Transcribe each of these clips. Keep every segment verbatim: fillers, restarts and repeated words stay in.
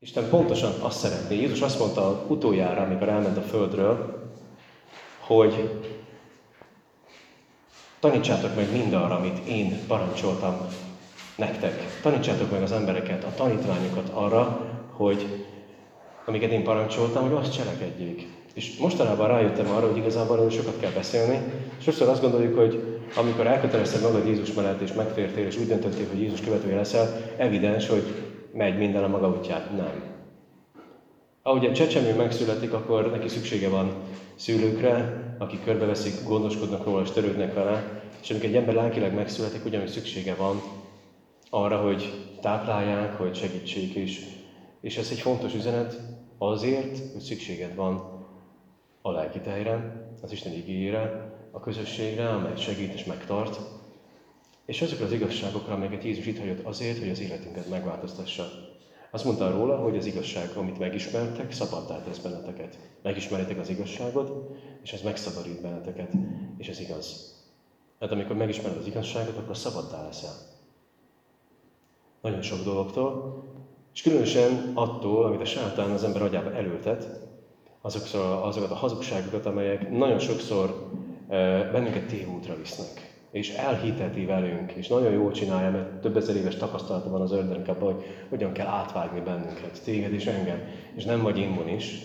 Isten pontosan azt szeretné. Jézus azt mondta utoljára, amikor elment a földről, hogy tanítsátok meg mindarra, amit én parancsoltam nektek. Tanítsátok meg az embereket, a tanítványokat arra, hogy amiket én parancsoltam, hogy azt cselekedjék. És mostanában rájöttem arra, hogy igazából nagyon sokat kell beszélni. Sokszor azt gondoljuk, hogy amikor elkötelezted magad Jézus mellett, és megtértél, és úgy döntöttél, hogy Jézus követője leszel, evidens, hogy megy minden a maga útján. Nem. Ahogy egy csecsemő megszületik, akkor neki szüksége van szülőkre, akik körbeveszik, gondoskodnak róla és törődnek vele. És amikor egy ember lelkileg megszületik, ugyanúgy szüksége van arra, hogy táplálják, hogy segítsék is. És ez egy fontos üzenet azért, hogy szükséged van a lelki tejre, az Isten igéjére, a közösségre, amely segít és megtart, és azokra az igazságokra, amelyeket Jézus itt hagyott azért, hogy az életünket megváltoztassa. Azt mondta róla, hogy az igazság, amit megismertek, szabaddá tesz benneteket. Megismeritek az igazságot, és ez megszabadít benneteket, és ez igaz. Hát amikor megismered az igazságot, akkor szabaddá leszel. Nagyon sok dologtól, és különösen attól, amit a sátán az ember agyába elültet, azoktól, azokat a hazugságokat, amelyek nagyon sokszor bennünket tévútra visznek. És elhiteti velünk, és nagyon jól csinálja, mert több ezer éves tapasztalata van az ördögnek abban, hogy hogyan kell átvágni bennünket, téged és engem, és nem vagy immunis,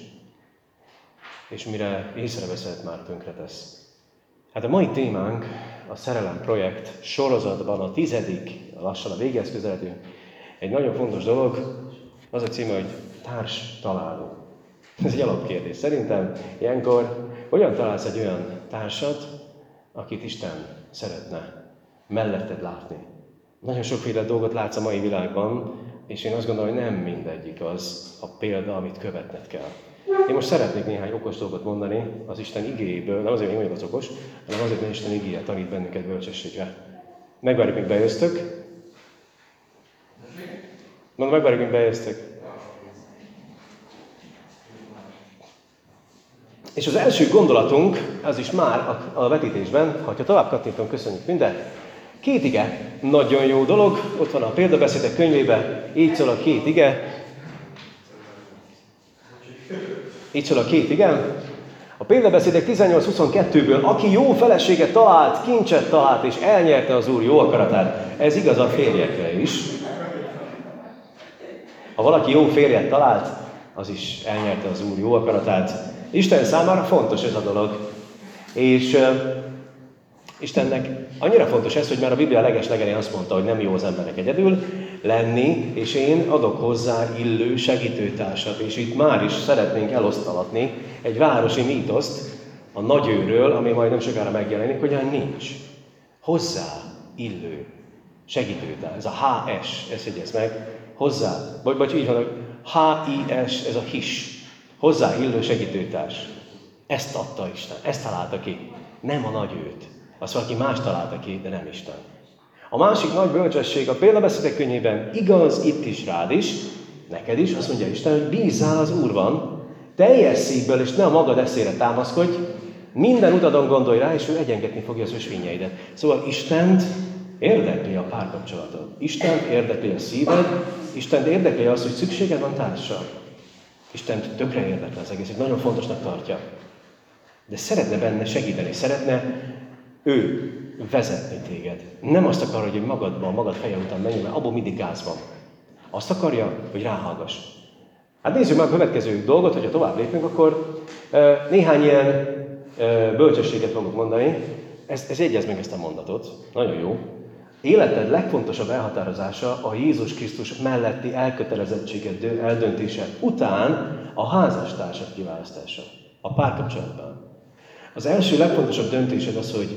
és mire észreveszed, már tönkretesz. Hát a mai témánk, a Szerelem projekt sorozatban a tizedik, lassan a végéhez közeledünk. Egy nagyon fontos dolog, az a címe, hogy társ találó. Ez egy alapkérdés. Szerintem ilyenkor hogyan találsz egy olyan társat, akit Isten szeretne melletted látni? Nagyon sokféle dolgot látsz a mai világban, és én azt gondolom, hogy nem mindegyik az a példa, amit követned kell. Én most szeretnék néhány okos dolgot mondani az Isten igéjéből, nem azért, hogy én vagyok az okos, hanem azért, mert Isten igéje tanít bennünket bölcsességre. Megvárjuk, míg bejöztök. Mondom, megvárjuk, míg bejöztök. És az első gondolatunk, az is már a, a vetítésben, ha tovább kattintom, köszönjük minden. Két ige, nagyon jó dolog, ott van a példabeszédek könyvében, így szól a két ige. Így szól a két ige. A példabeszédek tizennyolc huszonkettőből, aki jó feleséget talált, kincset talált, és elnyerte az Úr jó akaratát. Ez igaz a férjekre is. Ha valaki jó férjet talált, az is elnyerte az Úr jó akaratát. Isten számára fontos ez a dolog. És uh, Istennek annyira fontos ez, hogy már a Biblia leges-legelején azt mondta, hogy nem jó az embernek egyedül lenni, és én adok hozzá illő segítőtársat. És itt már is szeretnénk elosztalatni egy városi mítoszt a nagyőről, ami majd nem sokára megjelenik, hogy olyan nincs. Hozzá illő segítőtárs. Ez a há es, ezt jegyez meg. Hozzá. Vagy, vagy így van, há i es, ez a his. Hozzá illő segítőtárs. Ezt adta Isten, ezt találta ki. Nem a nagy őt. Azt valaki más találta ki, de nem Isten. A másik nagy bölcsesség a példabeszédek könyvében igaz itt is rád is, neked is, azt mondja Isten, hogy bízzál az Úrban, teljes szívből, és ne a magad eszére támaszkodj, minden utadon gondolj rá, és ő egyengetni fogja az ösvényeidet. Szóval Istent érdekli a párkapcsolatod. Istent érdekli a szíved, Istent érdekli azt, hogy szükséged van társra. Istent tökre érdekli az egész, nagyon fontosnak tartja. De szeretne benne segíteni, szeretne ő vezetni téged. Nem azt akarja, hogy magadban, magad feje után menjél, mert abból mindig gáz van. Azt akarja, hogy ráhallgass. Hát nézzük meg a következő dolgot, hogyha tovább lépünk, akkor néhány ilyen bölcsességet fogok mondani. Ez, ez jegyez meg ezt a mondatot. Nagyon jó. Életed legfontosabb elhatározása a Jézus Krisztus melletti elkötelezettséged eldöntése után a házastársak kiválasztása. A párkapcsolatban. Az első legfontosabb döntésed az, hogy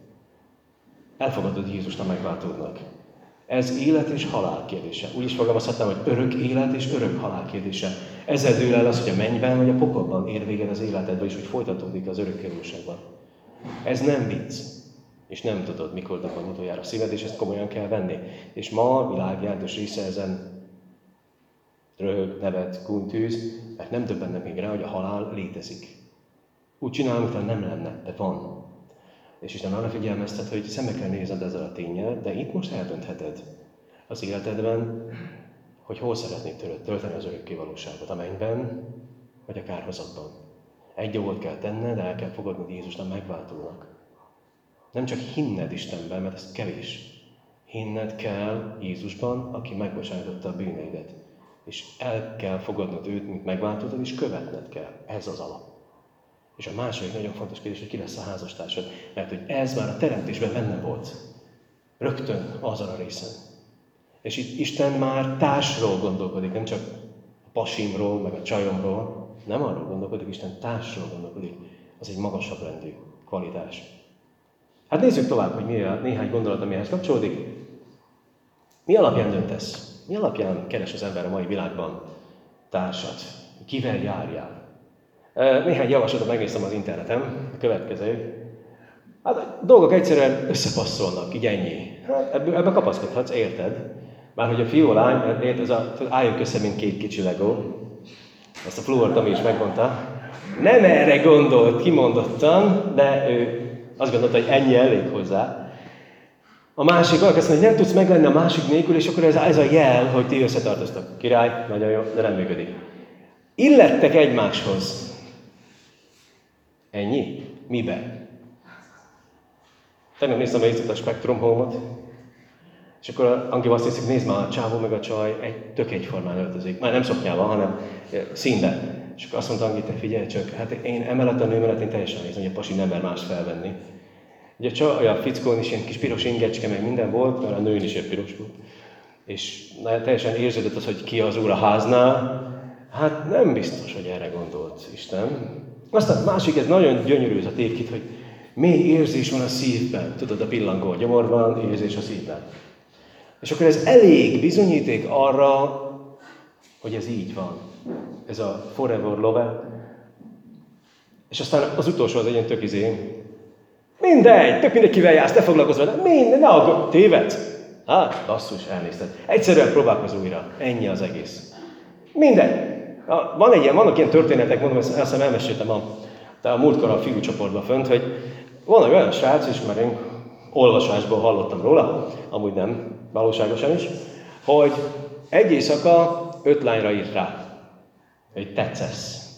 elfogadod Jézust a megváltódnak. Ez élet és halál kérdése. Úgy is fogalmazhatnám, hogy örök élet és örök halál kérdése. Ezzel dől el az, hogy a mennyben vagy a pokolban ér véged az életedben, és hogy folytatódik az örökkévalóságban. Ez nem vicc. És nem tudod, mikor dobban utoljára a szíved, és ezt komolyan kell venni. És ma a világ jelentős része ezen röhög, nevet, kuntűz, mert nem döbbennek még rá, hogy a halál létezik. Úgy csinálom, mintha nem lenne, de van. És Isten arra figyelmeztet, hogy szembe kell nézned ezzel a ténnyel, de itt most eldöntheted az életedben, hogy hol szeretnéd tölteni az örökké valóságot, a mennyben, vagy a kárhozatban. Egy dolgot kell tenned, el kell fogadnod Jézusnak megváltónak. Nem csak hinned Istenben, mert ez kevés. Hinned kell Jézusban, aki megbocsájtotta a bűneidet. És el kell fogadnod őt, mint megváltódod, és követned kell. Ez az alap. És a második nagyon fontos kérdés, hogy ki lesz a házastársad. Mert hogy ez már a teremtésben benne volt. Rögtön azon a részen. És itt Isten már társról gondolkodik, nem csak a pasimról, meg a csajomról. Nem arról gondolkodik, Isten társról gondolkodik. Az egy magasabb rendű kvalitás. Hát nézzük tovább, hogy mi a néhány gondolat, ami ehhez kapcsolódik. Mi alapján döntesz? Mi alapján keres az ember a mai világban társat? Kivel járjál? Néhány javaslatot megnéztem az interneten, a következő. Hát a dolgok egyszerűen összepasszolnak, így ennyi. Hát ebbe, ebbe kapaszkodhatsz, érted? Már hogy a fiú, a lány, érted, ez a, álljunk össze, mint két kicsi legó. Ezt a Fluor Tomi is megmondta. Nem erre gondolt kimondottan, de ő azt gondolta, hogy ennyi elég hozzá. A másik valaki azt mondja, hogy nem tudsz meglenni a másik nélkül, és akkor ez, ez a jel, hogy ti összetartoztak. Király, nagyon jó, de nem működik. Illettek egymáshoz. Ennyi? Miben? Tegnap néztem a Spectrum Home-ot, és akkor Angival azt hiszik, nézd már, a csávó meg a csaj egy, tök egyformán öltözik. Már nem szoknyával, hanem színben. És akkor azt mondta Angi, te figyelj csak, hát én emellett a nő mellett én teljesen nézem, hogy a pasi nem mer más felvenni. Ugye a csaj, a fickón is ilyen kis piros ingecske, meg minden volt, mert a nőn is ilyen piros volt. És teljesen érződött az, hogy ki az úr a háznál. Hát nem biztos, hogy erre gondolt Isten. Aztán másik, ez nagyon gyönyörű ez a tévkit, hogy mély érzés van a szívben. Tudod, a pillangó a gyomorban, érzés a szívben. És akkor ez elég bizonyíték arra, hogy ez így van. Ez a forever love. És aztán az utolsó az egy ilyen tök izé. Mindegy, tök mindegy kivel jársz, ne foglalkozz vele. Mindegy, ne aggódj, tévedsz. Hát, basszus, elnézted. Egyszerűen próbálkozz újra. Ennyi az egész. Mindegy. Van egy ilyen, vannak ilyen történetek, mondom, ezt hiszem elmeséltem a, a múltkor a fiúcsoportban fönt, hogy van egy olyan srác, ismerünk, olvasásból hallottam róla, amúgy nem, valóságosan is, hogy egy éjszaka öt lányra írt rá, hogy tetszesz.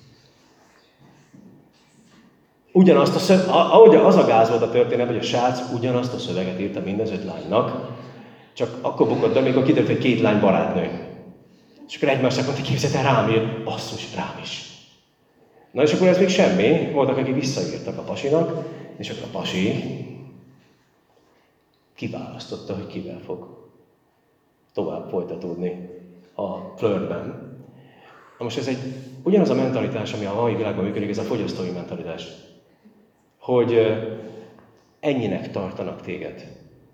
Ugyanazt a szöveget, ahogy az a gáz volt a történet, hogy a srác ugyanazt a szöveget írta mind az öt lánynak, csak akkor bukott be, amikor kiderült, hogy két lány barátnő. És akkor egymásnak mondta, hogy képzeld el, rám ír, basszus, rám is. Na és akkor ez még semmi, voltak, akik visszaírtak a pasinak, és akkor a pasi kiválasztotta, hogy kivel fog tovább folytatódni a flirtben. Na most ez egy ugyanaz a mentalitás, ami a mai világban működik, ez a fogyasztói mentalitás. Hogy ennyinek tartanak téged.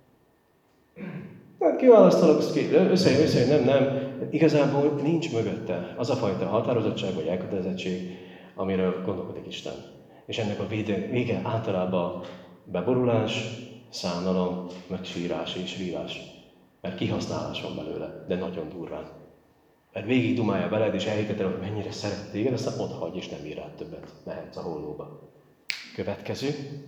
Hát kiválasztalak, összejön, összejön, nem, nem. Igazából nincs mögötte az a fajta határozottság vagy elkötelezettség, amiről gondolkodik Isten. És ennek a vége, vége általában beborulás, szánalom, megsírás és rívás. Mert kihasználás van belőle, de nagyon durván. Mert végig dumálja veled, és elhiteted, hogy mennyire szeret téged, aztán ott hagy, és nem ír rád többet. Mehetsz a hollóba. Következő.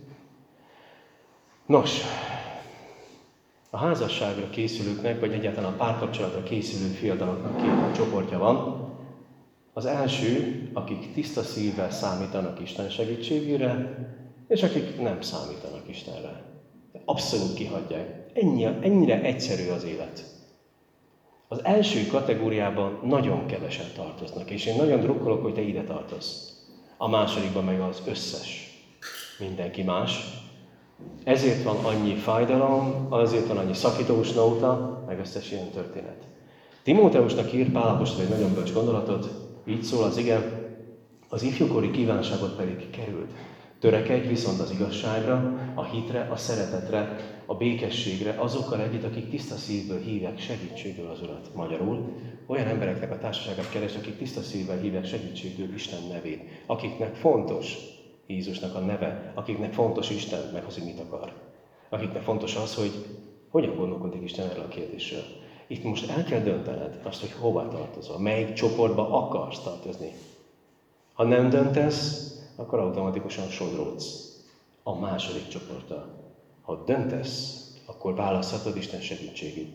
Nos, a házasságra készülőknek, vagy egyáltalán a párkapcsolatra készülő fiataloknak két csoportja van. Az első, akik tiszta szívvel számítanak Isten segítségére, és akik nem számítanak Istenre. Abszolút kihagyják. Ennyi, ennyire egyszerű az élet. Az első kategóriában nagyon kevesen tartoznak, és én nagyon drukkolok, hogy te ide tartozz. A másodikban meg az összes. Mindenki más. Ezért van annyi fájdalom, azért van annyi szakítós nóta, meg összes ilyen történet. Timóteusnak ír Pál apostol egy nagyon bölcs gondolatot, így szól az ige, az ifjúkori kívánságot pedig került. Törekedj viszont az igazságra, a hitre, a szeretetre, a békességre, azokkal együtt, akik tiszta szívből hívják segítségül az Urat. Magyarul, olyan embereknek a társaságát keres, akik tiszta szívvel hívják segítségül Isten nevét, akiknek fontos Jézusnak a neve, akiknek fontos Isten, meg az, hogy mit akar. Akiknek fontos az, hogy hogyan gondolkodik Isten erről a kérdésről. Itt most el kell döntened azt, hogy hova tartozol, melyik csoportba akarsz tartozni. Ha nem döntesz, akkor automatikusan sodródsz a második csoporttal. Ha döntesz, akkor választhatod Isten segítségét.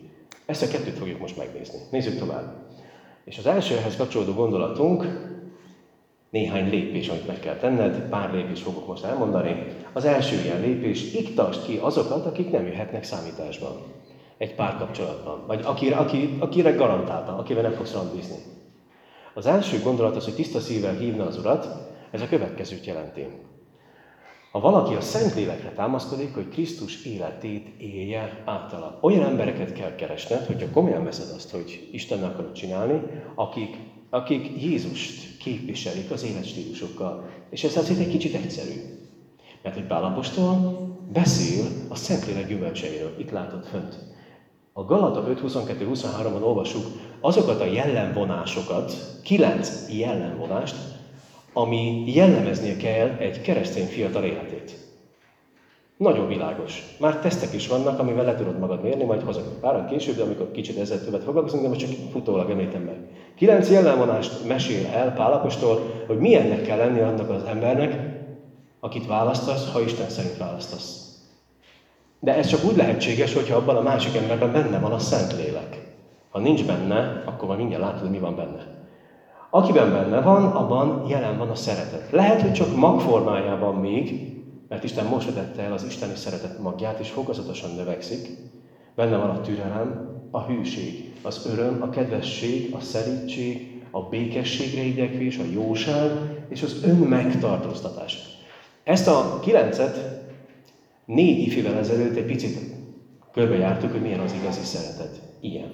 Ezt a kettőt fogjuk most megnézni. Nézzük tovább. És az első ehhez kapcsolódó gondolatunk néhány lépés, amit meg kell tenned, pár lépést fogok most elmondani. Az első ilyen lépés, iktasd ki azokat, akik nem jöhetnek számításban. Egy párkapcsolatban, vagy akire, aki, akire garantáltan, akivel nem fogsz randízni. Az első gondolat az, hogy tiszta szívvel hívna az Urat, ez a következőt jelenti. Ha valaki a Szentlélekre támaszkodik, hogy Krisztus életét élje általa. Olyan embereket kell keresned, hogyha komolyan veszed azt, hogy Istennel akarod csinálni, akik, akik Jézust képviselik az életstílusokkal. És ez azért egy kicsit egyszerű. Mert hogy Pál apostol beszél a Szentlélek gyümölcseiről. Itt látod fönt. A Galata öt huszonkettő huszonháromban olvassuk azokat a jellemvonásokat, kilenc jellemvonást, ami jellemeznie kell egy keresztény fiatal életét. Nagyon világos. Már tesztek is vannak, amivel le tudod magad mérni, majd hozok páran később, de amikor kicsit ezzel többet foglalkozunk, de most csak futólag említem meg. Kilenc jellemvonást mesél el Pál apostol, hogy milyennek kell lenni annak az embernek, akit választasz, ha Isten szerint választasz. De ez csak úgy lehetséges, hogyha abban a másik emberben benne van a Szentlélek. Ha nincs benne, akkor majd mindjárt látod, hogy mi van benne. Akiben benne van, abban jelen van a szeretet. Lehet, hogy csak magformájában még, mert Isten most vetette el az isteni szeretet magját, és fokozatosan növekszik. Benne van a türelem, a hűség, az öröm, a kedvesség, a szerítség, a békességre igyekvés, a jóság és az önmegtartóztatás. Ezt a kilencet négy ifivel ezelőtt egy picit körbejártuk, hogy milyen az igazi szeretet. Ilyen.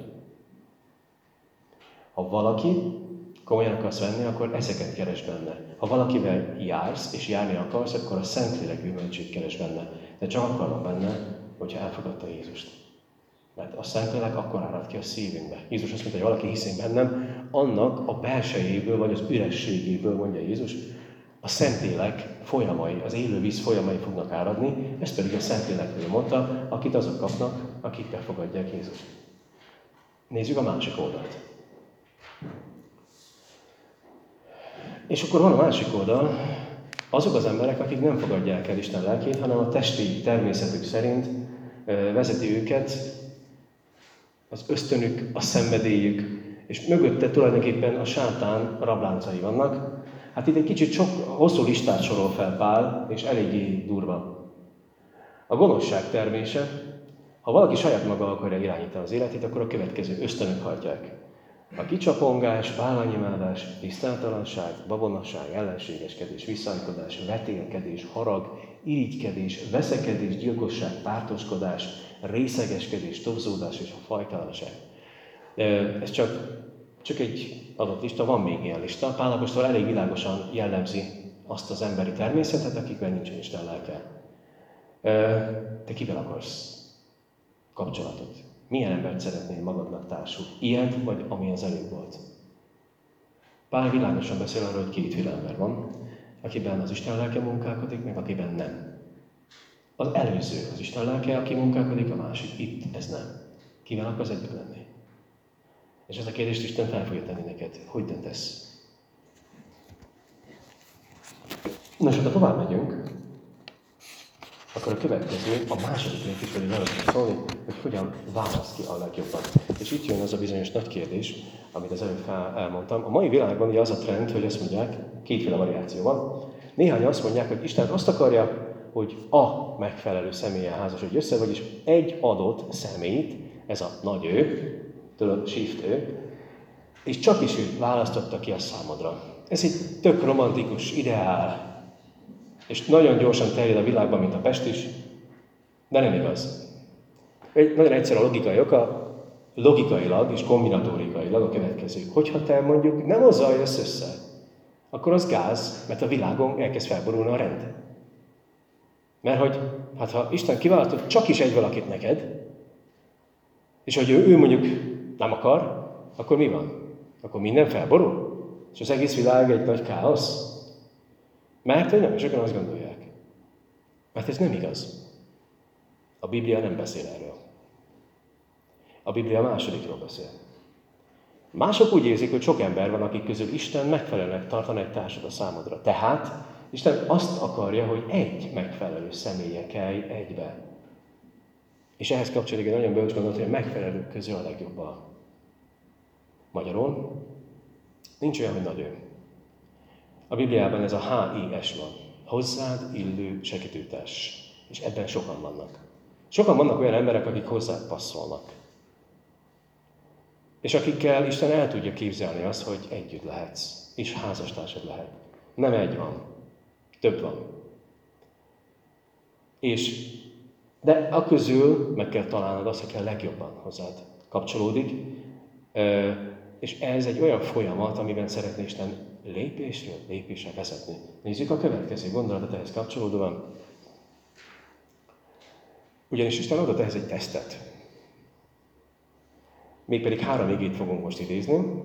Ha valaki komolyan akarsz venni, akkor ezeket keres benne. Ha valakivel jársz, és járni akarsz, akkor a Szentlélek gyümölcsét keres benne. De csak akkor van benne, hogyha elfogadta Jézust. Mert a Szentlélek akkor árad ki a szívünkbe. Jézus azt mondta, hogy valaki hiszik bennem, annak a belsejéből, vagy az ürességéből, mondja Jézus, a Szentlélek folyamai, az élő víz folyamai fognak áradni, ezt pedig a Szentlélekről mondta, akit azok kapnak, akik befogadják Jézust. Nézzük a másik oldalt. És akkor van a másik oldal, azok az emberek, akik nem fogadják el Isten lelkét, hanem a testi természetük szerint vezeti őket, az ösztönük, a szenvedélyük, és mögötte tulajdonképpen a sátán rabláncai vannak. Hát itt egy kicsit sok, hosszú listát sorol fel Pál, és eléggé durva. A gonoszság termése, ha valaki saját maga akarja irányítani az életét, akkor a következő ösztönök hajtják. A kicsapongás, bálványimádás, tisztátalanság, babonasság, ellenségeskedés, visszaállkodás, vetélkedés, harag, irigykedés, veszekedés, gyilkosság, pártoskodás, részegeskedés, tobzódás és a fajtalanság. Ez csak, csak egy adott lista, van még ilyen lista. Pál apostol elég világosan jellemzi azt az emberi természetet, akikben nincsen Isten lelke. Te kivel akarsz kapcsolatot? Milyen embert szeretnél magadnak társul? Ilyet, vagy ami az előbb volt? Pál világosan beszél arról, hogy kétféle ember van, akiben az Isten lelke munkálkodik, meg akiben nem. Az előző az Isten lelke, aki munkálkodik, a másik itt, ez nem. Kivel akarsz együtt lenni? És ezt a kérdést Isten fel fogja tenni neked. Hogy döntesz? Nos, ha tovább megyünk, akkor a következő, a második lépés pedig arra kell szólni, hogy hogyan választ ki a legjobban. És itt jön az a bizonyos nagy kérdés, amit az előbb elmondtam. A mai világban ugye az a trend, hogy azt mondják, kétféle variáció van. Néhány azt mondják, hogy Isten azt akarja, hogy a megfelelő személyen házasodj össze, vagyis egy adott személyt, ez a nagy ő, tudod, shift ő, és csak is őt választotta ki a számodra. Ez egy tök romantikus ideál, és nagyon gyorsan terjed a világban, mint a pest is, de nem igaz. Egy nagyon egyszerű a logikai oka, logikailag és kombinatórikailag a következő. Hogyha te mondjuk nem azzal jössz össze, akkor az gáz, mert a világon elkezd felborulni a rend. Mert hogy, hát ha Isten kiválasztott csak is egy valakit neked, és hogy ő, ő mondjuk nem akar, akkor mi van? Akkor minden felborul? És az egész világ egy nagy káosz? Mert hogy nem, sokan azt gondolják. Mert ez nem igaz. A Biblia nem beszél erről. A Biblia a másodikról beszél. Mások úgy érzik, hogy sok ember van, akik közül Isten megfelelőnek tartan egy társat a számodra. Tehát Isten azt akarja, hogy egy megfelelő személye kelj egybe. És ehhez kapcsolódik egy nagyon bölcs gondolat, hogy a megfelelők közül a legjobb a magyarul. Nincs olyan, hogy nagy ő. A Bibliában ez a há i es van. Hozzád illő segítőtárs. És ebben sokan vannak. Sokan vannak olyan emberek, akik hozzád passzolnak. És akikkel Isten el tudja képzelni azt, hogy együtt lehetsz. És házastársad lehet. Nem egy van. Több van. És, de a közül meg kell találnod azt, aki a legjobban hozzád kapcsolódik. És ez egy olyan folyamat, amiben szeretné Isten lépésről lépésre vezetni. Nézzük a következő gondolatot ehhez kapcsolódóan. Ugyanis Isten adott ehhez egy tesztet. Mégpedig három igét fogunk most idézni.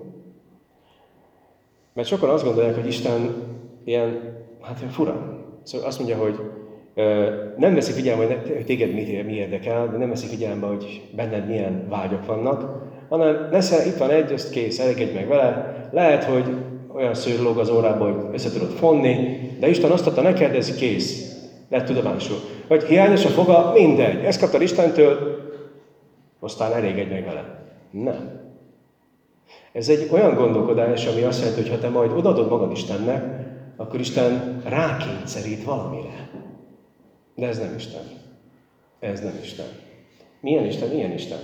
Mert sokan azt gondolják, hogy Isten ilyen, hát ilyen fura. Szóval azt mondja, hogy ö, nem veszi figyelembe, hogy, hogy téged mit, mi érdekel, de nem veszi figyelembe, hogy benned milyen vágyok vannak, hanem neszel, itt van egy, azt kész, elégedj meg vele. Lehet, hogy olyan szőr lóg az órába, hogy össze tudod fonni, de Isten azt adta neked, ez kész. Lett tudomásul. Vagy hiányos a foga, mindegy. Ezt kaptad Istentől, aztán elégedj meg vele. Nem. Ez egy olyan gondolkodás, ami azt jelenti, hogy ha te majd odaadod magad Istennek, akkor Isten rákényszerít valamire. De ez nem Isten. Ez nem Isten. Milyen Isten? Milyen Isten?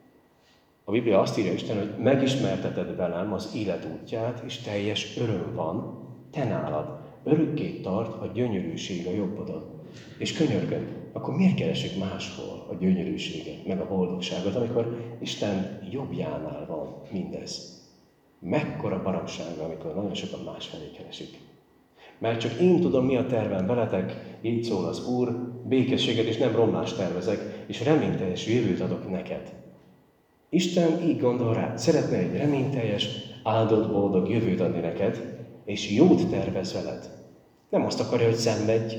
A Biblia azt írja Isten, hogy megismerteted velem az élet útját, és teljes öröm van te nálad. Örökké tart a gyönyörűség a jobbodon. És könyörgöm, akkor miért keresünk máshol a gyönyörűséget, meg a boldogságot, amikor Isten jobbjánál van mindez? Mekkora baromsága, amikor nagyon sokan másfelé keresik. Mert csak én tudom, mi a tervem veletek, így szól az Úr, békességet és nem romlást tervezek, és reményteljes jövőt adok neked. Isten így gondol rá, szeretne egy reményteljes, áldott, boldog jövőt adni neked, és jót tervez veled. Nem azt akarja, hogy szenvedj,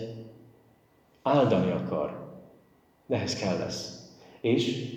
áldani akar, de ehhez kell lesz. És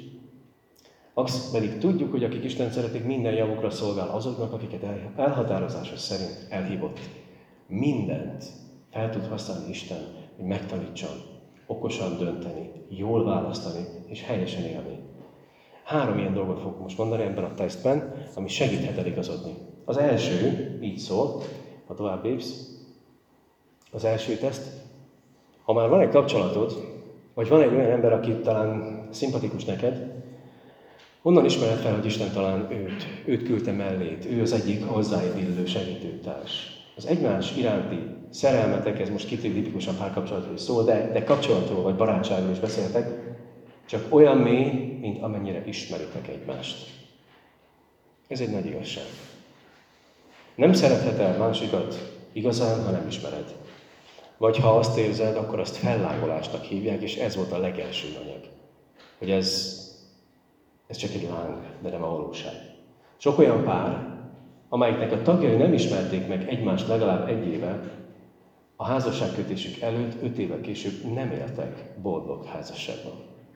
azt pedig tudjuk, hogy akik Isten szeretik, minden javukra szolgál azoknak, akiket elhatározása szerint elhívott. Mindent fel tud használni Isten, hogy megtanítson, okosan dönteni, jól választani és helyesen élni. Három ilyen dolgot fogok most mondani ebben a tesztben, ami segíthet eligazodni. Az első, így szól, ha tovább lépsz, az első teszt, ha már van egy kapcsolatod, vagy van egy olyan ember, aki talán szimpatikus neked, honnan ismered fel, hogy Isten talán őt, őt küldte mellét, ő az egyik hozzáid illő segítőtárs. Az egymás iránti szerelmetek, ez most tipikusan párkapcsolatról is szól, de, de kapcsolatról vagy barátságról is beszéltek, csak olyan mély, mint amennyire ismeritek egymást. Ez egy nagy igazság. Nem szeretheted másikat igazán, ha nem ismered. Vagy ha azt érzed, akkor azt fellángolásnak hívják, és ez volt a legelső anyag. Hogy ez, ez csak egy láng, de nem a valóság. Sok olyan pár, amelyiknek a tagjai nem ismerték meg egymást legalább egy éve, a házasságkötésük előtt öt évvel később nem éltek boldog házasságban.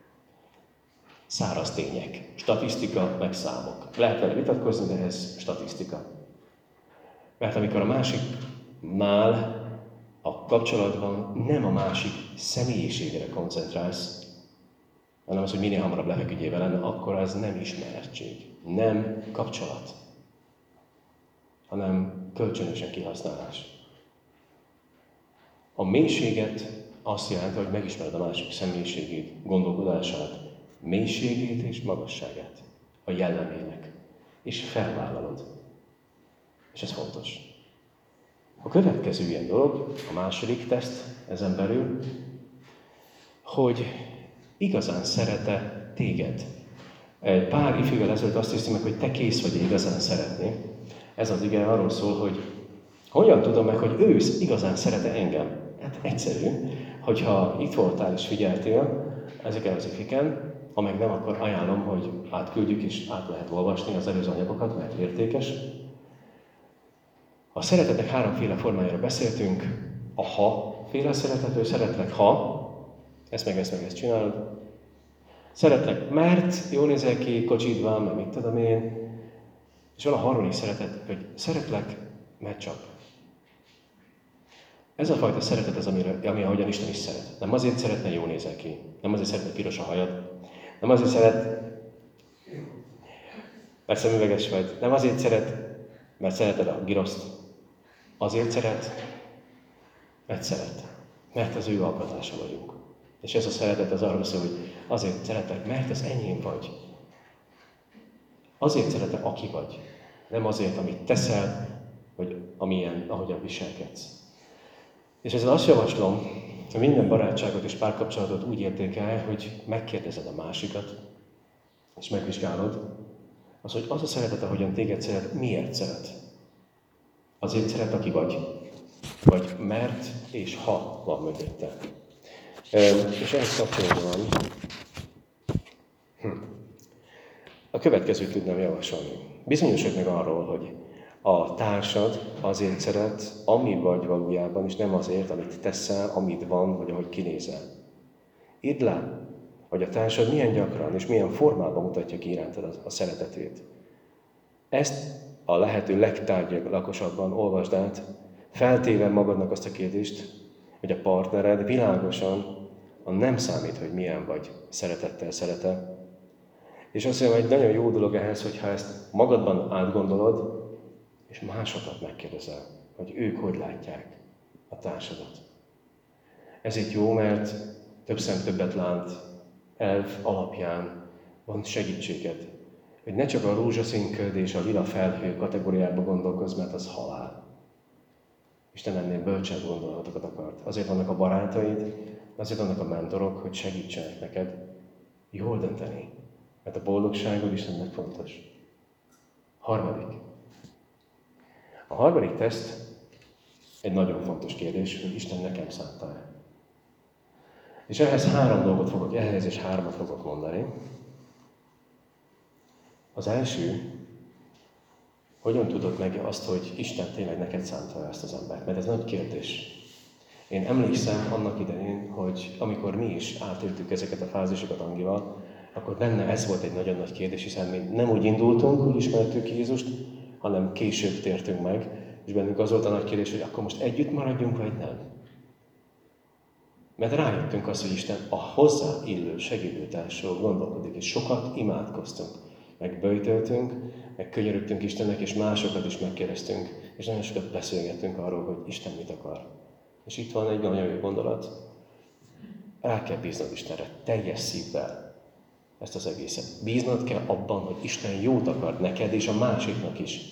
Száraz tények, statisztika, meg számok. Lehet vele vitatkozni, de ez statisztika. Mert amikor a másiknál a kapcsolatban nem a másik személyiségére koncentrálsz, hanem az, hogy minél hamarabb lefeküdjél vele, akkor az nem ismeretség, nem kapcsolat, hanem kölcsönösen kihasználás. A mélységet azt jelenti, hogy megismered a másik személyiségét, gondolkodását, mélységét és magasságát, a jellemének, és felvállalod. És ez fontos. A következő ilyen dolog, a második teszt ezen belül, hogy igazán szeret-e téged. Egy pár ifjúvel ezelőtt azt hiszem meg, hogy te kész vagy igazán szeretni. Ez az ige arról szól, hogy hogyan tudom meg, hogy ő igazán szeret-e engem. Hát egyszerű, hogyha itt voltál és figyeltél ezeken az ifiken, ha meg nem, akkor ajánlom, hogy átküldjük és át lehet olvasni az előző anyagokat, mert értékes. A szeretetnek háromféle formájára beszéltünk. A ha-féle szeretetről, szeretlek, ha, ezt meg ezt meg ezt csinálod. Szeretlek, mert jól nézel ki, kocsid van, meg mit tudom én. És van a harmadik szeretet, hogy szeretlek, mert csak. Ez a fajta szeretet az, amire, ami ahogyan Isten is szeret. Nem azért szeretne, jól nézel ki. Nem azért szeretne piros a hajad. Nem azért szeret, mert szemüveges vagy. Nem azért szeret, mert szereted a giroszt. Azért szeret, mert szeret. Mert az ő alkotása vagyunk. És ez a szeretet az arról szól, hogy azért szeretek, mert az enyém vagy. Azért szeretek, aki vagy. Nem azért, amit teszel, vagy amilyen, ahogyan viselkedsz. És ezzel azt javaslom, hogy minden barátságot és párkapcsolatot úgy értékelj, hogy megkérdezed a másikat, és megvizsgálod, az, hogy az a szeretet, ahogyan téged szeret, miért szeret? Azért szeret, aki vagy. Vagy mert és ha van mögötte. És ehhez kapcsolatban van. Hm. A következőt tudnám javasolni. Bizonyosodj meg arról, hogy a társad azért szeret, ami vagy valójában, és nem azért, amit teszel, amit van, vagy ahogy kinézel. Írd le, hogy a társad milyen gyakran és milyen formában mutatja ki irántad a szeretetét. Ezt a lehető legtárgyalakosabban olvasd át, feltéve magadnak azt a kérdést, hogy a partnered világosan, a nem számít, hogy milyen vagy, szeretettel szerete. És azt mondom, hogy nagyon jó dolog ehhez, hogyha ezt magadban átgondolod, és másokat megkérdezel, hogy ők hogy látják a társadat. Ezért jó, mert több szem többet lát elv alapján van segítséged, hogy ne csak a rózsaszínköd és a lila felhő kategóriába gondolkozz, mert az halál. Isten ennél bölcsebb gondolatokat akart. Azért vannak a barátaid, azért vannak a mentorok, hogy segítsenek neked jól dönteni. Mert a boldogságod Istennek fontos. Harmadik. A harmadik teszt egy nagyon fontos kérdés, hogy Isten nekem szánta-e. És ehhez három dolgot fogok, ehhez és hármat fogok mondani. Az első, hogyan tudod meg azt, hogy Isten tényleg neked szánta ezt az embert? Mert ez nagy kérdés. Én emlékszem annak idején, hogy amikor mi is átéltük ezeket a fázisokat Angival, akkor benne ez volt egy nagyon nagy kérdés, hiszen mi nem úgy indultunk, hogy ismertük Jézust, hanem később tértünk meg, és bennünk az volt a nagy kérdés, hogy akkor most együtt maradjunk, vagy nem. Mert rájöttünk azt, hogy Isten a hozzá illő segítőtársról gondolkodik, és sokat imádkoztunk, meg böjtöltünk, meg könyörögtünk Istennek, és másokat is megkérdeztünk, és nagyon sokat beszélgettünk arról, hogy Isten mit akar. És itt van egy nagyon jó gondolat. Rá kell bíznod Istenre, teljes szívvel ezt az egészet. Bíznod kell abban, hogy Isten jót akar neked és a másiknak is.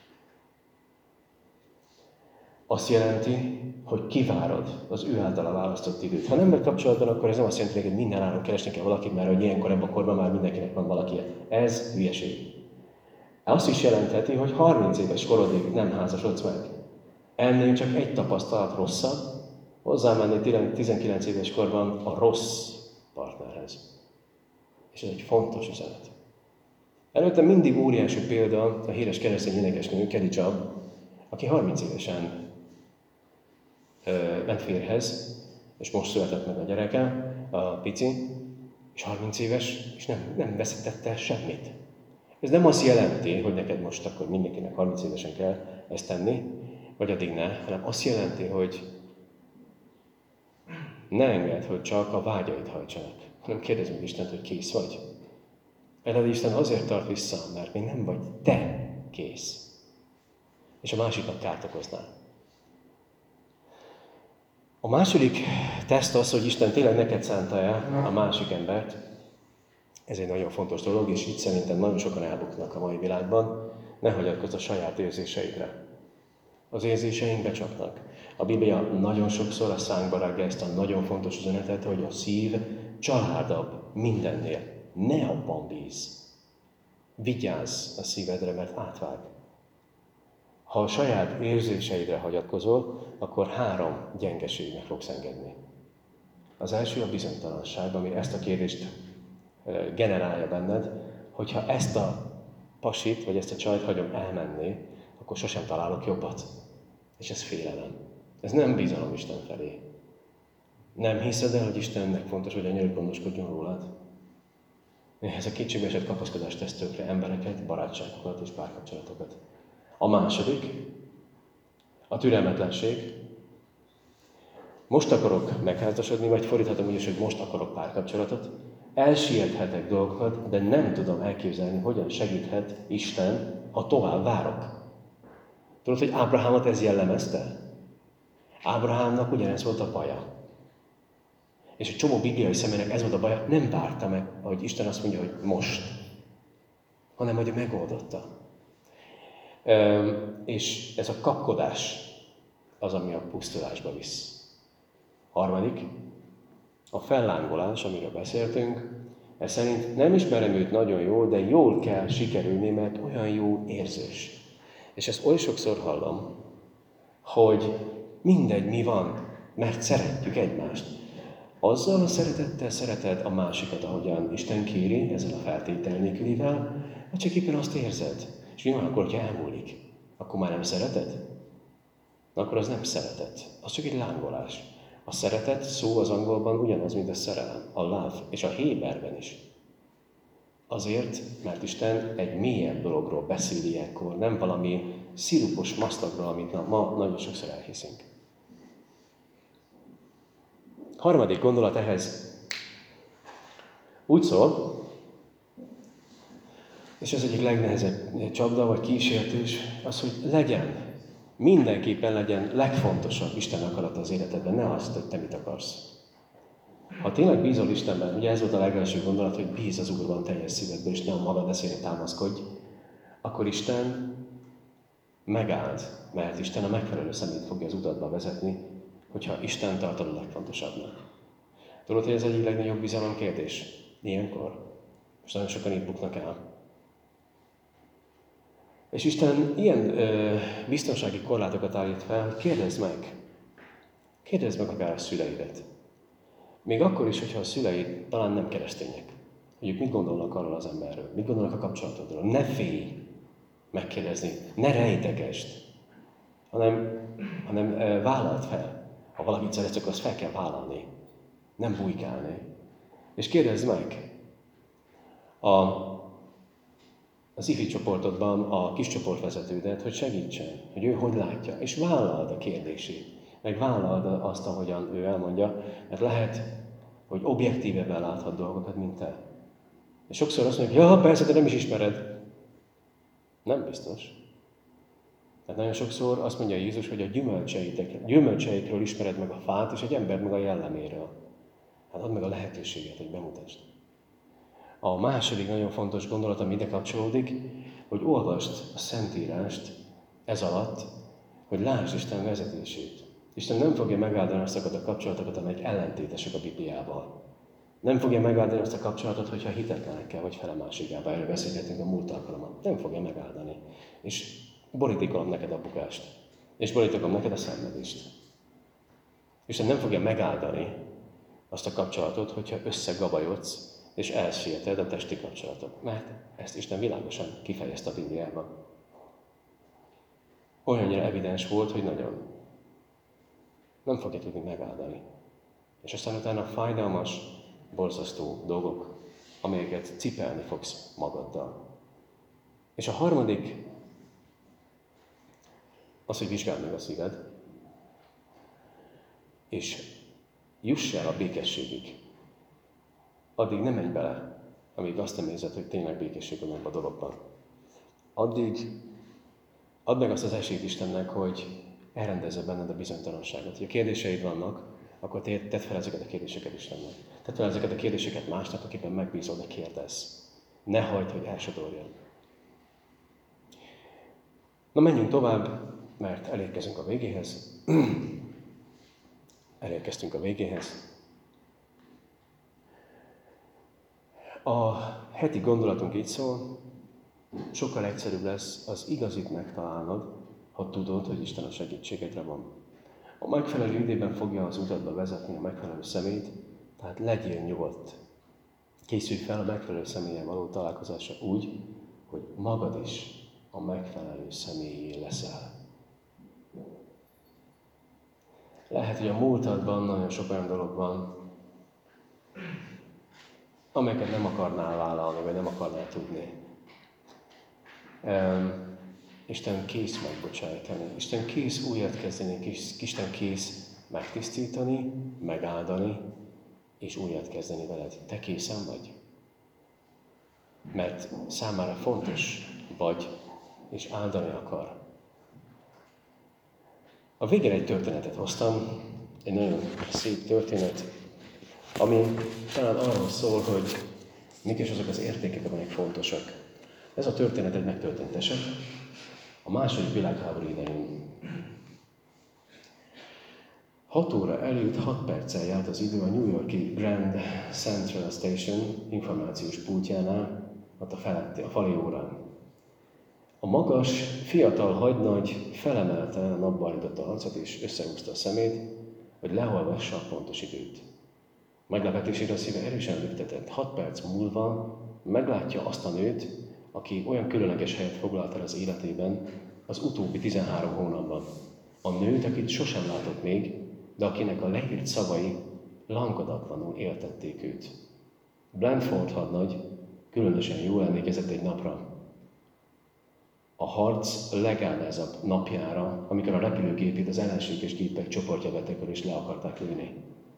Azt jelenti, hogy kivárod az ő általa választott időt. Ha nem vagy kapcsolatban, akkor ez nem azt jelenti, hogy minden áron keresni kell valakit, mert hogy ilyenkor ebben a korban már mindenkinek van valaki. Ez hülyeség. Azt is jelentheti, hogy harminc éves korodig nem házasodsz meg. Ennél csak egy tapasztalat rosszabb, hozzámenni tizenkilenc éves korban a rossz partnerhez. És ez egy fontos üzenet. Előtte mindig óriási példa a híres keresztény énekesnő, Kelly Job, aki harminc évesen ö, ment férjhez, és most született meg a gyereke, a pici, és harminc éves, és nem, nem veszítette semmit. Ez nem azt jelenti, hogy neked most akkor mindenkinek harminc évesen kell ezt tenni, vagy addig ne, hanem azt jelenti, hogy ne engedd, hogy csak a vágyait hajtsanak, hanem kérdezd meg Istent, hogy kész vagy. Mert Isten azért tart vissza, mert még nem vagy te kész. És a másiknak kárt okoznál. A második teszt az, hogy Isten tényleg neked szánta-e a másik embert. Ez egy nagyon fontos dolog, és itt szerintem nagyon sokan elbuknak a mai világban. Ne hagyatkozz a saját érzéseidre. Az érzéseink becsapnak. A Biblia nagyon sokszor a szánkba rágja ezt a nagyon fontos üzenetet, hogy a szív családabb mindennél. Ne abban bízz. Vigyázz a szívedre, mert átvág. Ha a saját érzéseidre hagyatkozol, akkor három gyengeségnek fogsz engedni. Az első a bizonytalanság, ami ezt a kérdést generálja benned, hogyha ezt a pasit, vagy ezt a csajt hagyom elmenni, akkor sosem találok jobbat. És ez félelem. Ez nem bizalom Isten felé. Nem hiszed el, hogy Istennek fontos, hogy annyira gondoskodjon rólad? Ez a kétségbeesett kapaszkodást tesz tönkre embereket, barátságokat és párkapcsolatokat. A második, a türelmetlenség. Most akarok megházasodni, vagy fordíthatom úgy is, hogy most akarok párkapcsolatot. elsiethetek dolgokat, de nem tudom elképzelni, hogyan segíthet Isten, ha tovább várok. Tudod, hogy Ábrahámot ez jellemezte? Ábrahámnak ugyanez volt a baja. És egy csomó bibliai személynek ez volt a baja, nem várta meg, ahogy Isten azt mondja, hogy most, hanem hogy megoldotta. Üm, és ez a kapkodás az, ami a pusztulásba visz. Harmadik, a fellángolás, amiről beszéltünk, ez szerint nem ismerem őt nagyon jól, de jól kell sikerülni, mert olyan jó érzés. És ezt oly sokszor hallom, hogy mindegy, mi van, mert szeretjük egymást. Azzal a szeretettel szereted a másikat, ahogyan Isten kéri, ezzel a feltétel nélkülivel, vagy csak éppen azt érzed. És mi van akkor, hogyha elmúlik? Akkor már nem szereted? Na, akkor az nem szeretet, az csak egy lángolás. A szeretet szó az angolban ugyanaz, mint a szerelem, a love, és a héberben is. Azért, mert Isten egy mélyebb dologról beszél ilyenkor, nem valami szirupos maszlagról, amit ma nagyon sokszor elhiszünk. Harmadik gondolat ehhez úgy szól, és ez egyik legnehezebb csapda, vagy kísértés, az, hogy legyen, mindenképpen legyen legfontosabb Isten akarata az életedben, ne azt, hogy te mit akarsz. Ha tényleg bízol Istenben, ugye ez volt a legelső gondolat, hogy bíz az Úrban teljes szívedből, és ne a magad eszére támaszkodj, akkor Isten megáld, mert Isten a megfelelő szemét fogja az utatba vezetni, hogyha Isten tartod a legfontosabbnak. Tudod, hogy ez egyik legnagyobb bizalom kérdés? Ilyenkor. Most nagyon sokan itt buknak el. És Isten ilyen ö, biztonsági korlátokat állít fel, hogy kérdezd meg. Kérdezd meg akár a szüleidet. Még akkor is, hogyha a szüleid talán nem keresztények. Hogy ők mit gondolnak arról az emberről, mit gondolnak a kapcsolatodról. Ne félj megkérdezni, ne rejtegesd, hanem, hanem ö, vállald fel. Ha valamit szeretsz, akkor azt fel kell vállalni. Nem bujkálni. És kérdezd meg. A, az ifi csoportodban a kis csoportvezetődet, hogy segítsen, hogy ő hogy látja, és vállald a kérdését, meg vállald azt, ahogyan ő elmondja, mert lehet, hogy objektívebben láthat dolgokat, mint te. És sokszor azt mondjuk, ja, persze, te nem is ismered. Nem biztos. Mert nagyon sokszor azt mondja Jézus, hogy a gyümölcseikről ismered meg a fát, és egy ember meg a jelleméről. Hát add meg a lehetőséget, hogy bemutasd. A második nagyon fontos gondolat, ami ide kapcsolódik, hogy olvasd a Szentírást ez alatt, hogy lásd Isten vezetését. Isten nem fogja megáldani azokat a kapcsolatokat, amelyek ellentétesek a Bibliával. Nem fogja megáldani azt a kapcsolatot, hogyha hitetlenekkel vagy felemásigával. Erről beszélgetünk a múlt alkalommal. Nem fogja megáldani. És borítékolom neked a bukást. És borítékolom neked a szenvedést. Isten nem fogja megáldani azt a kapcsolatot, hogyha összegabajodsz, és elsieted a testi kapcsolatot. Mert ezt Isten világosan kifejezte a Bibliában. Olyannyira evidens volt, hogy nagyon nem fogja tudni megáldani. És aztán utána fájdalmas, borzasztó dolgok, amelyeket cipelni fogsz magaddal. És a harmadik az, hogy vizsgáld meg a szíved, és juss el a békességig. Addig nem menj bele, amíg azt nem érzed, hogy tényleg békesség van a dologban. Addig add meg azt az esélyt Istennek, hogy elrendezze benned a bizonytalanságot. Ha kérdéseid vannak, akkor tedd fel ezeket a kérdéseket Istennek. Tedd fel ezeket a kérdéseket másnak, akiben megbízol, de kérdezz. Ne hagyd, hogy elsodorjon. Na, menjünk tovább, mert elérkezünk a végéhez. Elérkeztünk a végéhez. A heti gondolatunk így szól, sokkal egyszerűbb lesz az igazit megtalálnod, ha tudod, hogy Isten a segítségedre van. A megfelelő időben fogja az utatba vezetni a megfelelő személyt, tehát legyél nyugodt. Készülj fel a megfelelő személlyel való találkozásra úgy, hogy magad is a megfelelő személyé leszel. Lehet, hogy a múltadban nagyon sok olyan dolog van, amelyeket nem akarnál vállalni, vagy nem akarnál tudni. Um, Isten kész megbocsájtani, Isten kész újat kezdeni, Isten kész megtisztítani, megáldani, és újat kezdeni veled. Te készen vagy? Mert számára fontos vagy, és áldani akar. A végén egy történetet hoztam, egy nagyon szép történet, ami talán arról szól, hogy mik is azok az értékek, amelyek fontosak. Ez a történet egy megtörtént eset. A második világháború idején. Hat óra előtt hat perccel járt az idő a New York-i Grand Central Station információs pultjánál, ott a, feletti, a fali órán. A magas, fiatal hagynagy felemelte a napba állította arcát és összehúzta a szemét, hogy leolvassa a pontos időt. Meglepetésére a szíve erősen lüktetett. Hat perc múlva meglátja azt a nőt, aki olyan különleges helyet foglalt el az életében az utóbbi tizenhárom hónapban. A nőt, akit sosem látott még, de akinek a leírt szavai lankadatlanul éltették őt. Blandford hadnagy különösen jól emlékezett egy napra. A harc legáldázabb napjára, amikor a repülőgépét az ellenséges gépek csoportja vette körül és le akarták lőni.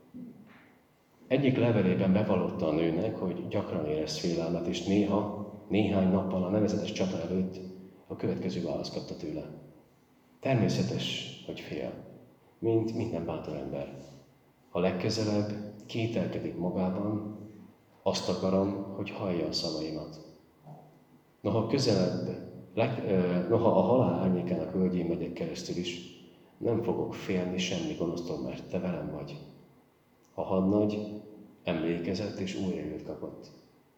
Egyik levelében bevallotta a nőnek, hogy gyakran érez félelmet, és néha, néhány nappal a nevezetes csata előtt a következő választ kapta tőle. Természetes, hogy fél, mint minden bátor ember. Ha legközelebb kételkedik magában, azt akarom, hogy hallja a szavaimat. Noha közelebb, leg, noha a halál árnyékának völgyén megyek keresztül is, nem fogok félni semmi gonosztól, mert te velem vagy. A hadnagy emlékezett és új erőt kapott.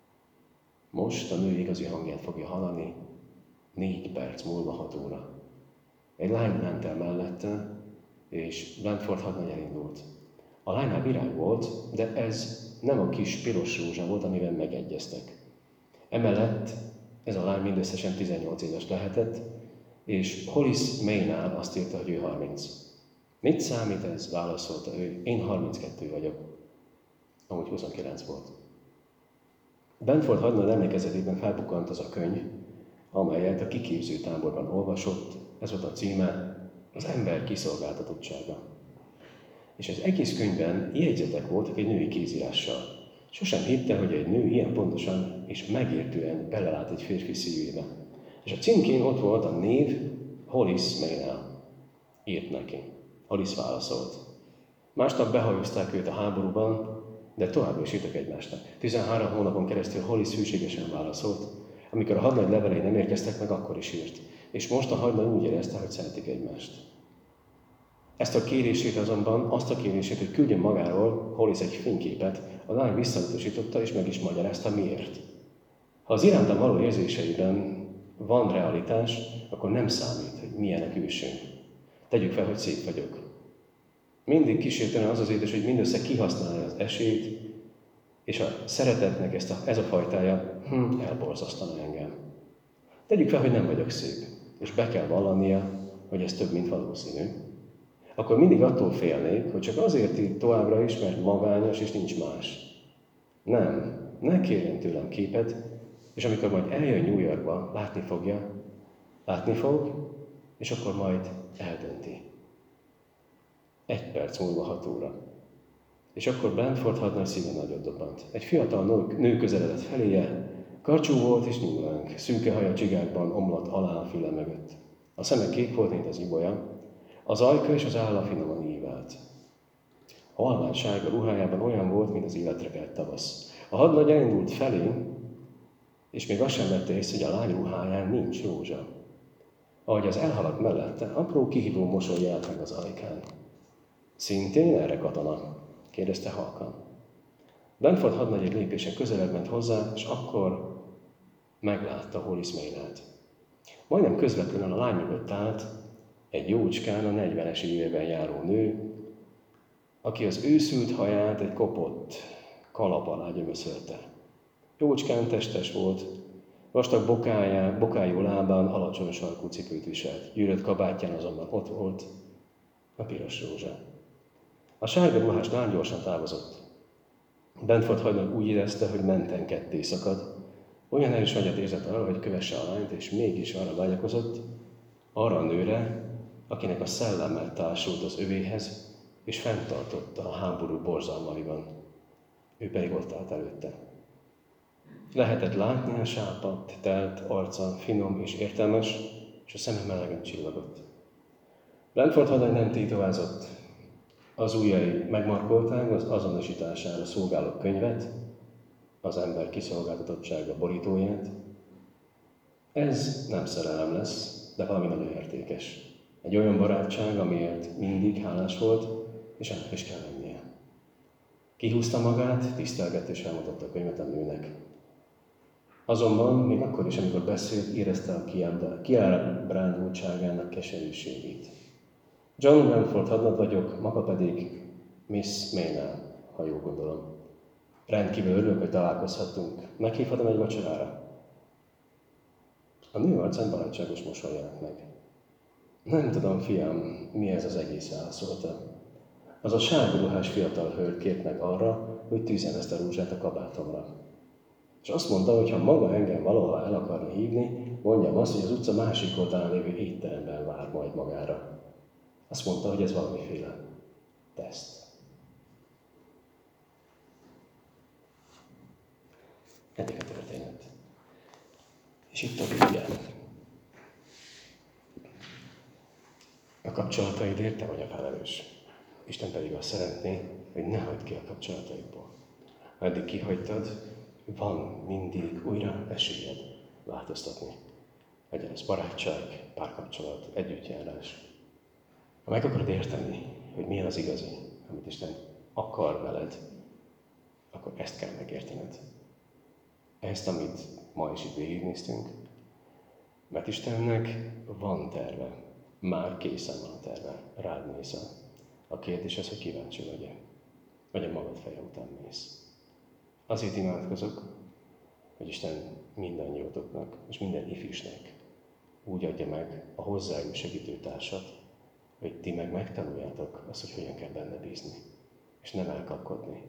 Most a nő igazi hangját fogja hallani, négy perc múlva hat óra. Egy lány ment el mellette, és Blandford hadnagy elindult. A lánynál virág volt, de ez nem a kis piros rózsa volt, amivel megegyeztek. Emellett ez a lány mindösszesen tizennyolc éves lehetett, és Hollis Maynál azt írta, hogy ő harminc. Mit számít ez? Válaszolta ő. Én harminckettő vagyok. Amúgy huszonkilenc volt. Blandford hadnagy emlékezetében felbukkant az a könyv, amelyet a kiképző táborban olvasott. Ez volt a címe, az ember kiszolgáltatottsága. És az egész könyvben jegyzetek voltak egy női kézírással. Sosem hitte, hogy egy nő ilyen pontosan és megértően belelát egy férfi szívébe. És a címkén ott volt a név Hollis Maynell. Írt neki. Hollis válaszolt. Másnap behajózták őt a háborúban, de továbbra is írtak egymásnak. tizenhárom hónapon keresztül Hollis hűségesen válaszolt. Amikor a hadnagy levelei nem érkeztek meg, akkor is írt. És most a hadnagy úgy érezte, hogy szeretik egymást. Ezt a kérését azonban, azt a kérését, hogy küldjön magáról Hollis egy fényképet, a lány visszautasította és meg is magyarázta miért. Ha az irántam való érzéseiben van realitás, akkor nem számít, hogy milyenek ősünk. Tegyük fel, hogy szép vagyok. Mindig kísértene az az édes, hogy mindössze kihasználja az esélyt, és a szeretetnek ezt a, ez a fajtája hm, elborzasztana engem. Tegyük fel, hogy nem vagyok szép, és be kell vallania, hogy ez több, mint valószínű. Akkor mindig attól félnék, hogy csak azért írt továbbra is, mert magányos és nincs más. Nem, ne kérjen tőlem képet, és amikor majd eljön New Yorkba, látni fogja, látni fog, és akkor majd eldönti. Egy perc múlva hat óra. És akkor Blandford hadnagy szíve nagyot dobbant. Egy fiatal nő közeledett feléje, karcsú volt és nyúlánk, szűke haja csigákban omlott alá a füle mögött. A szeme kék volt, mint az ibolya, az ajka és az álla finoman ívált. A halvány sárga ruhájában olyan volt, mint az életre kelt tavasz. A hadnagy elindult felé, és még azt sem vette észre, hogy a lány ruháján nincs rózsa. Ahogy az elhaladt mellette, apró kihívó mosoly jelent meg az ajkán. Szintén erre katona? Kérdezte halkan. Blandford hadnagy egy lépésen közelebb ment hozzá, és akkor meglátta Hollis Maynellt. Majdnem közvetlenül a lány mögött állt egy jócskán a negyvenes évében járó nő, aki az őszült haját egy kopott kalap alá gyömöszölte. Jócskán testes volt, vastag bokájá, bokájú lábán alacsony sarkú cipőt viselt, gyűrött kabátján azonban ott volt a piros rózsa. A sárga ruhás lány gyorsan távozott. Blandford hadnagy úgy érezte, hogy menten ketté szakad. Olyan erős vágyat érzett arra, hogy kövesse a lányt, és mégis arra vágyakozott, arra a nőre, akinek a szellemmel társult az övéhez, és fenntartotta a háború borzalmaiban. ő pedig ott állt előtte. Lehetett látni a sápadt, telt arca, finom és értelmes, és a szeme melegen csillagott. Brentford hadnagy nem tétovázott. Az ujjai megmarkolták az azonosítására szolgáló könyvet, az ember kiszolgáltatottsága borítóját. Ez nem szerelem lesz, de valami nagyon értékes. Egy olyan barátság, amiért mindig hálás volt, és ennek is kell lennie. Kihúzta magát, tisztelgett és elmutatta a könyvet a nőnek. Azonban, még akkor is, amikor beszélt, érezte a kiábrándultságának keserűségét. John Brentford hadnagy vagyok, maga pedig Miss Maynard, ha jól gondolom. Rendkívül örülök, hogy találkozhattunk. Meghívhatom egy vacsorára? A nő arcán barátságos mosoly jelent meg. Nem tudom, fiam, mi ez az egész, válaszolta. Az a sárga ruhás fiatal hölgy kért meg arra, hogy tűzjen ezt a rózsát a kabátomra. És azt mondta, hogy ha maga engem valahol el akarna hívni, mondjam azt, hogy az utca másik oldalán lévő étteremben vár majd magára. Azt mondta, hogy ez valamiféle teszt. Eddig a történet. És itt a vége. A kapcsolataidért te vagy a felelős. Isten pedig azt szeretné, hogy ne hagyd ki a kapcsolataidból. Ha eddig kihagytad, van mindig újra esélyed változtatni. Legyen ez barátság, párkapcsolat, együttjárás. Ha meg akarod érteni, hogy milyen az igazi, amit Isten akar veled, akkor ezt kell megértened. Ezt, amit ma is itt végignéztünk, mert Istennek van terve, már készen van a terve, rád nézel. A kérdés az, hogy kíváncsi vagy-e, vagy a magad feje után mész. Azért imádkozok, hogy Isten mindannyiótoknak és minden ifjúsnak úgy adja meg a hozzájuk segítőtársat, hogy ti meg megtanuljátok azt, hogy hogyan kell benne bízni, és nem elkapkodni.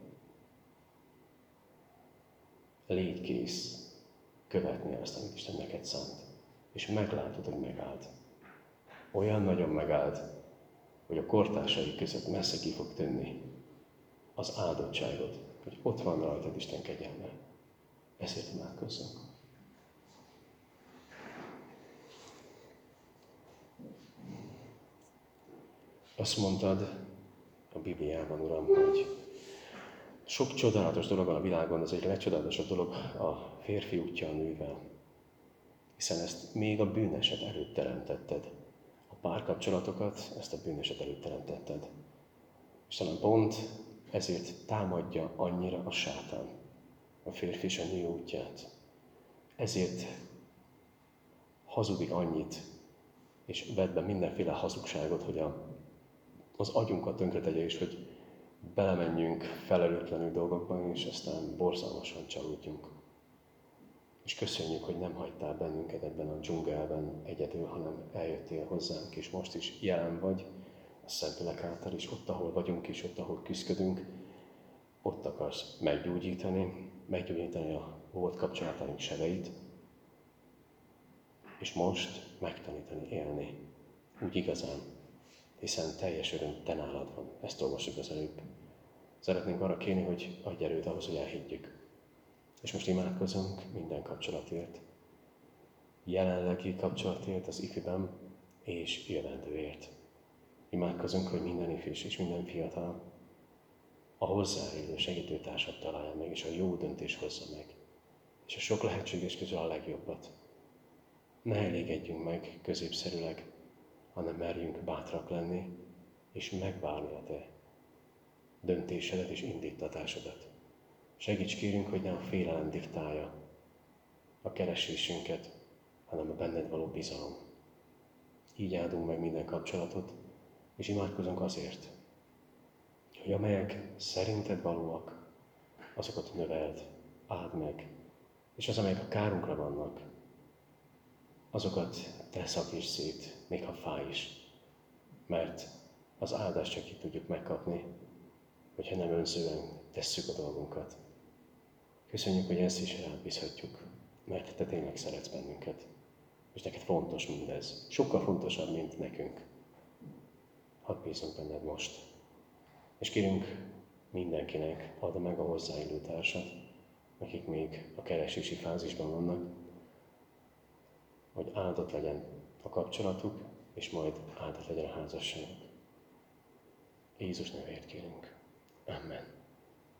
Légy kész követni azt, amit Isten neked szánt, és meglátod, hogy megállt. Olyan nagyon megállt, hogy a kortársai között messze ki fog tűnni az áldottságod, hogy ott van rajtad Isten kegyelme. Ezért imádkozzunk. Azt mondtad a Bibliában, Uram, hogy sok csodálatos dolog van a világon, az egy legcsodálatosabb dolog a férfi útja a nővel. Hiszen ezt még a bűneset előtt teremtetted. A párkapcsolatokat, ezt a bűneset előtt teremtetted. És talán pont ezért támadja annyira a sátán a férfi és a nő útját. Ezért hazudik annyit, és vedd be mindenféle hazugságot, hogy a, az agyunkat tönkretegye, és hogy belemenjünk felelőtlenül dolgokban, és aztán borzalmasan csalódjunk. És köszönjük, hogy nem hagytál bennünket ebben a dzsungelben egyedül, hanem eljöttél hozzánk, és most is jelen vagy, a Szentlélek által is, ott, ahol vagyunk, és ott, ahol küzdködünk, ott akarsz meggyógyítani, meggyógyítani a volt kapcsolataink sebeit, és most megtanítani élni, úgy igazán, hiszen teljes öröm te nálad van. Ezt olvassuk az előbb. Szeretnénk arra kérni, hogy adj erőt ahhoz, hogy elhiggyük. És most imádkozunk minden kapcsolatért, jelenlegi kapcsolatért az ifiben és jövendőért. Imádkozunk, hogy minden ifjús és minden fiatal a hozzáillő segítőtársat találja meg, és a jó döntés hozza meg. És a sok lehetséges közül a legjobbat. Ne elégedjünk meg középszerűleg, hanem merjünk bátrak lenni, és megvárni a te döntésedet és indítatásodat. Segíts kérünk, hogy ne a félelem diktálja a keresésünket, hanem a benned való bizalom. Így áldunk meg minden kapcsolatot, és imádkozunk azért, hogy amelyek szerinted valóak, azokat növeld, áld meg, és az, amelyek a kárunkra vannak, azokat te szakíts szét, még ha fáj is, mert az áldást csak így tudjuk megkapni, hogyha nem önzően tesszük a dolgunkat. Köszönjük, hogy ezt is rád bízhatjuk, mert te tényleg szeretsz bennünket, és neked fontos mindez. Sokkal fontosabb, mint nekünk. Hadd bízunk benned most. És kérünk, mindenkinek ad meg a hozzáillő társat, akik még a keresési fázisban vannak, hogy áldott legyen a kapcsolatuk, és majd áldott legyen a házasságuk. Jézus nevéért kérünk.